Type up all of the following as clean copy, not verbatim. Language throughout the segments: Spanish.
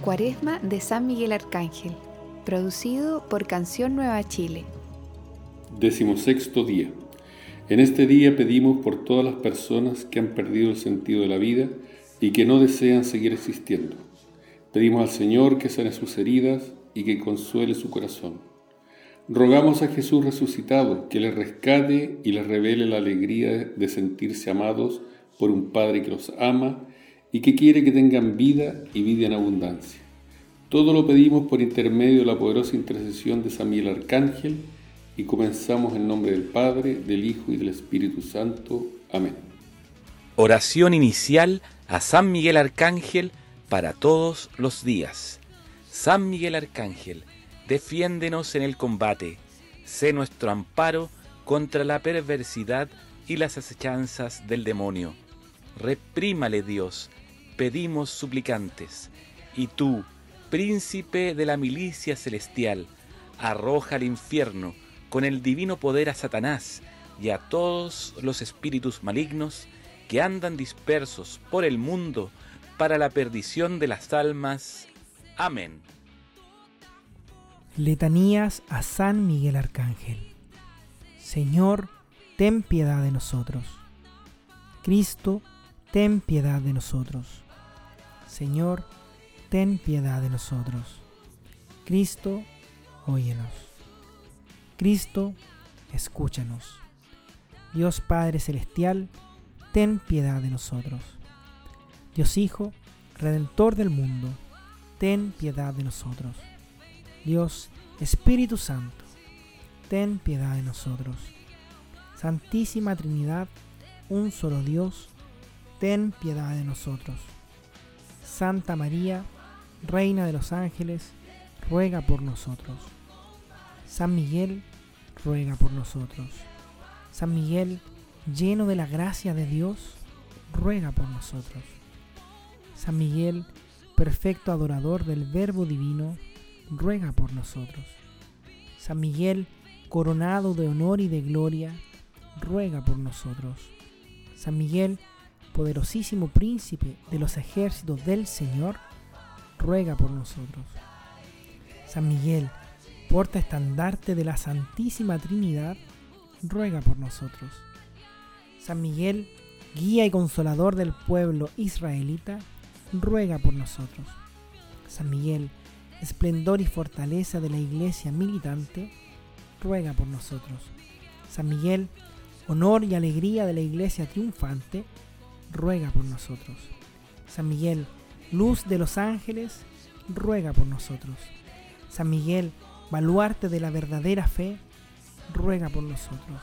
Cuaresma de San Miguel Arcángel, producido por Canción Nueva Chile. 16º día. En este día pedimos por todas las personas que han perdido el sentido de la vida y que no desean seguir existiendo. Pedimos al Señor que sane sus heridas y que consuele su corazón. Rogamos a Jesús resucitado que les rescate y les revele la alegría de sentirse amados por un Padre que los ama y que quiere que tengan vida y vida en abundancia. Todo lo pedimos por intermedio de la poderosa intercesión de San Miguel Arcángel y comenzamos en nombre del Padre, del Hijo y del Espíritu Santo. Amén. Oración inicial a San Miguel Arcángel para todos los días. San Miguel Arcángel, defiéndenos en el combate, sé nuestro amparo contra la perversidad y las acechanzas del demonio. Reprímale Dios, pedimos suplicantes, y tú, príncipe de la milicia celestial, arroja al infierno con el divino poder a Satanás y a todos los espíritus malignos que andan dispersos por el mundo para la perdición de las almas. Amén. Letanías a San Miguel Arcángel. Señor, ten piedad de nosotros. Cristo, ten piedad de nosotros. Señor, ten piedad de nosotros. Cristo, óyenos. Cristo, escúchanos. Dios Padre Celestial, ten piedad de nosotros. Dios Hijo, Redentor del mundo, ten piedad de nosotros. Dios Espíritu Santo, ten piedad de nosotros. Santísima Trinidad, un solo Dios, ten piedad de nosotros. Santa María, Reina de los Ángeles, ruega por nosotros. San Miguel, ruega por nosotros. San Miguel, lleno de la gracia de Dios, ruega por nosotros. San Miguel, perfecto adorador del Verbo Divino, ruega por nosotros. San Miguel, coronado de honor y de gloria, ruega por nosotros. San Miguel, poderosísimo príncipe de los ejércitos del Señor, ruega por nosotros. San Miguel, portaestandarte de la Santísima Trinidad, ruega por nosotros. San Miguel, guía y consolador del pueblo israelita, ruega por nosotros. San Miguel, esplendor y fortaleza de la Iglesia militante, ruega por nosotros. San Miguel, honor y alegría de la Iglesia triunfante, ruega por nosotros. San Miguel, luz de los ángeles, ruega por nosotros. San Miguel, baluarte de la verdadera fe, ruega por nosotros.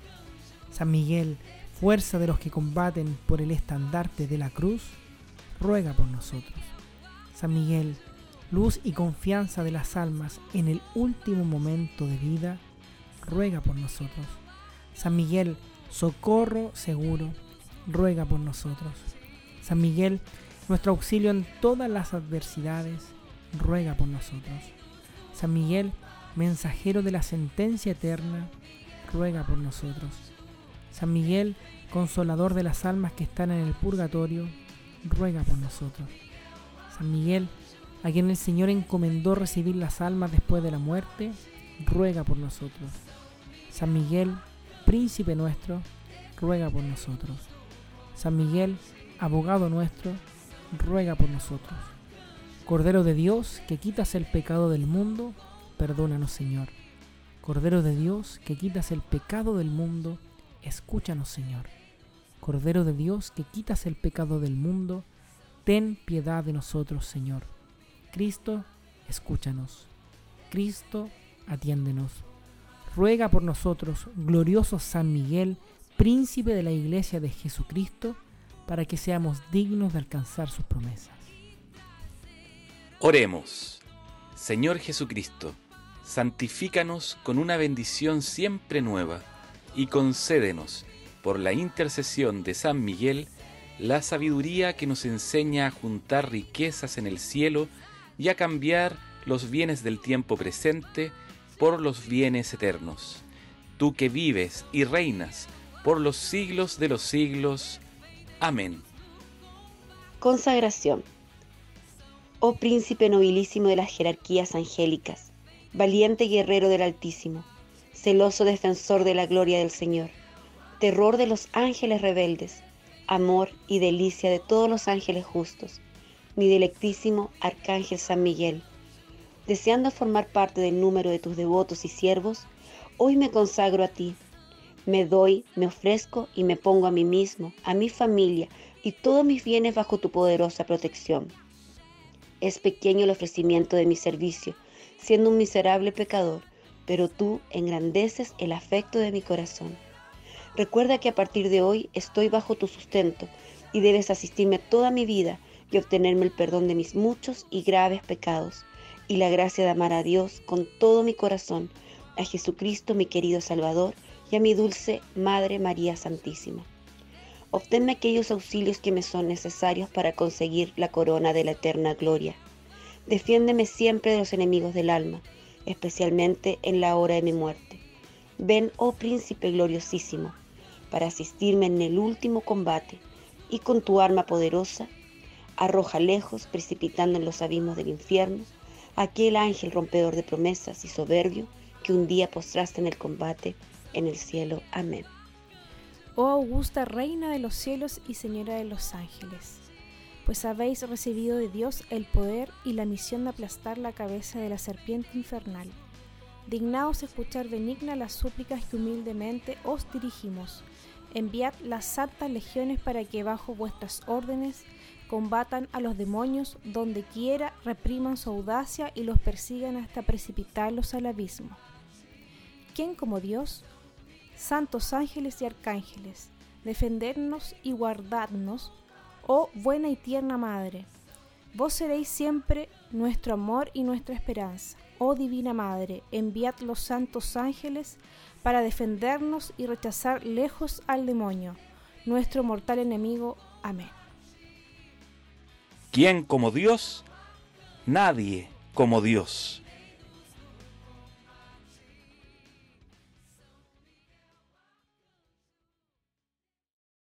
San Miguel, fuerza de los que combaten por el estandarte de la cruz, ruega por nosotros. San Miguel, luz y confianza de las almas en el último momento de vida, ruega por nosotros. San Miguel, socorro seguro, ruega por nosotros. San Miguel, nuestro auxilio en todas las adversidades, ruega por nosotros. San Miguel, mensajero de la sentencia eterna, ruega por nosotros. San Miguel, consolador de las almas que están en el purgatorio, ruega por nosotros. San Miguel, a quien el Señor encomendó recibir las almas después de la muerte, ruega por nosotros. San Miguel, príncipe nuestro, ruega por nosotros. San Miguel, abogado nuestro, ruega por nosotros. Cordero de Dios, que quitas el pecado del mundo, perdónanos, Señor. Cordero de Dios, que quitas el pecado del mundo, escúchanos, Señor. Cordero de Dios, que quitas el pecado del mundo, ten piedad de nosotros, Señor. Cristo, escúchanos. Cristo, atiéndenos. Ruega por nosotros, glorioso San Miguel, príncipe de la Iglesia de Jesucristo, para que seamos dignos de alcanzar sus promesas. Oremos. Señor Jesucristo, santifícanos con una bendición siempre nueva y concédenos, por la intercesión de San Miguel, la sabiduría que nos enseña a juntar riquezas en el cielo y a cambiar los bienes del tiempo presente por los bienes eternos. Tú que vives y reinas por los siglos de los siglos. Amén. Consagración. Oh príncipe nobilísimo de las jerarquías angélicas, valiente guerrero del Altísimo, celoso defensor de la gloria del Señor, terror de los ángeles rebeldes, amor y delicia de todos los ángeles justos, mi delectísimo Arcángel San Miguel, deseando formar parte del número de tus devotos y siervos, hoy me consagro a ti. Me doy, me ofrezco y me pongo a mí mismo, a mi familia y todos mis bienes bajo tu poderosa protección. Es pequeño el ofrecimiento de mi servicio, siendo un miserable pecador, pero tú engrandeces el afecto de mi corazón. Recuerda que a partir de hoy estoy bajo tu sustento y debes asistirme toda mi vida y obtenerme el perdón de mis muchos y graves pecados y la gracia de amar a Dios con todo mi corazón, a Jesucristo mi querido Salvador y a mi dulce Madre María Santísima. Obténme aquellos auxilios que me son necesarios para conseguir la corona de la eterna gloria. Defiéndeme siempre de los enemigos del alma, especialmente en la hora de mi muerte. Ven, oh Príncipe gloriosísimo, para asistirme en el último combate, y con tu arma poderosa, arroja lejos, precipitando en los abismos del infierno, aquel ángel rompedor de promesas y soberbio que un día postraste en el combate en el cielo. Amén. Oh augusta Reina de los cielos y Señora de los ángeles, pues habéis recibido de Dios el poder y la misión de aplastar la cabeza de la serpiente infernal. Dignaos escuchar benigna las súplicas que humildemente os dirigimos. Enviad las santas legiones para que bajo vuestras órdenes combatan a los demonios donde quiera, repriman su audacia y los persigan hasta precipitarlos al abismo. ¿Quién como Dios? Santos ángeles y arcángeles, defendernos y guardarnos, oh buena y tierna Madre. Vos seréis siempre nuestro amor y nuestra esperanza. Oh Divina Madre, enviad los santos ángeles para defendernos y rechazar lejos al demonio, nuestro mortal enemigo. Amén. ¿Quién como Dios? Nadie como Dios.